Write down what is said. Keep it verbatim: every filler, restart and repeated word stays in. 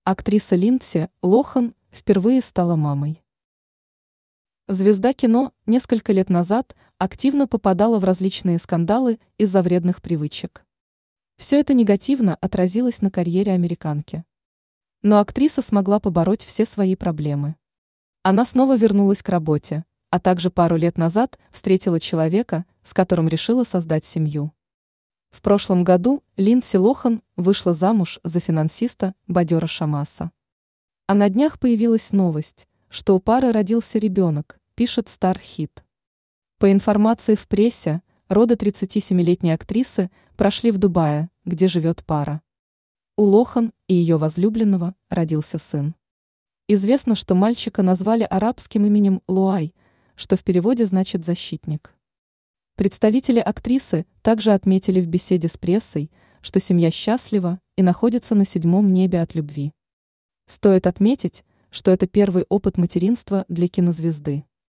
Актриса Линдси Лохан впервые стала мамой. Звезда кино несколько лет назад активно попадала в различные скандалы из-за вредных привычек. Все это негативно отразилось на карьере американки. Но актриса смогла побороть все свои проблемы. Она снова вернулась к работе, а также пару лет назад встретила человека, с которым решила создать семью. В прошлом году Линдси Лохан вышла замуж за финансиста Бадера Шамаса. А на днях появилась новость, что у пары родился ребенок, пишет Starhit. По информации в прессе, роды тридцатисемилетней актрисы прошли в Дубае, где живет пара. У Лохан и ее возлюбленного родился сын. Известно, что мальчика назвали арабским именем Луай, что в переводе значит «защитник». Представители актрисы также отметили в беседе с прессой, что семья счастлива и находится на седьмом небе от любви. Стоит отметить, что это первый опыт материнства для кинозвезды.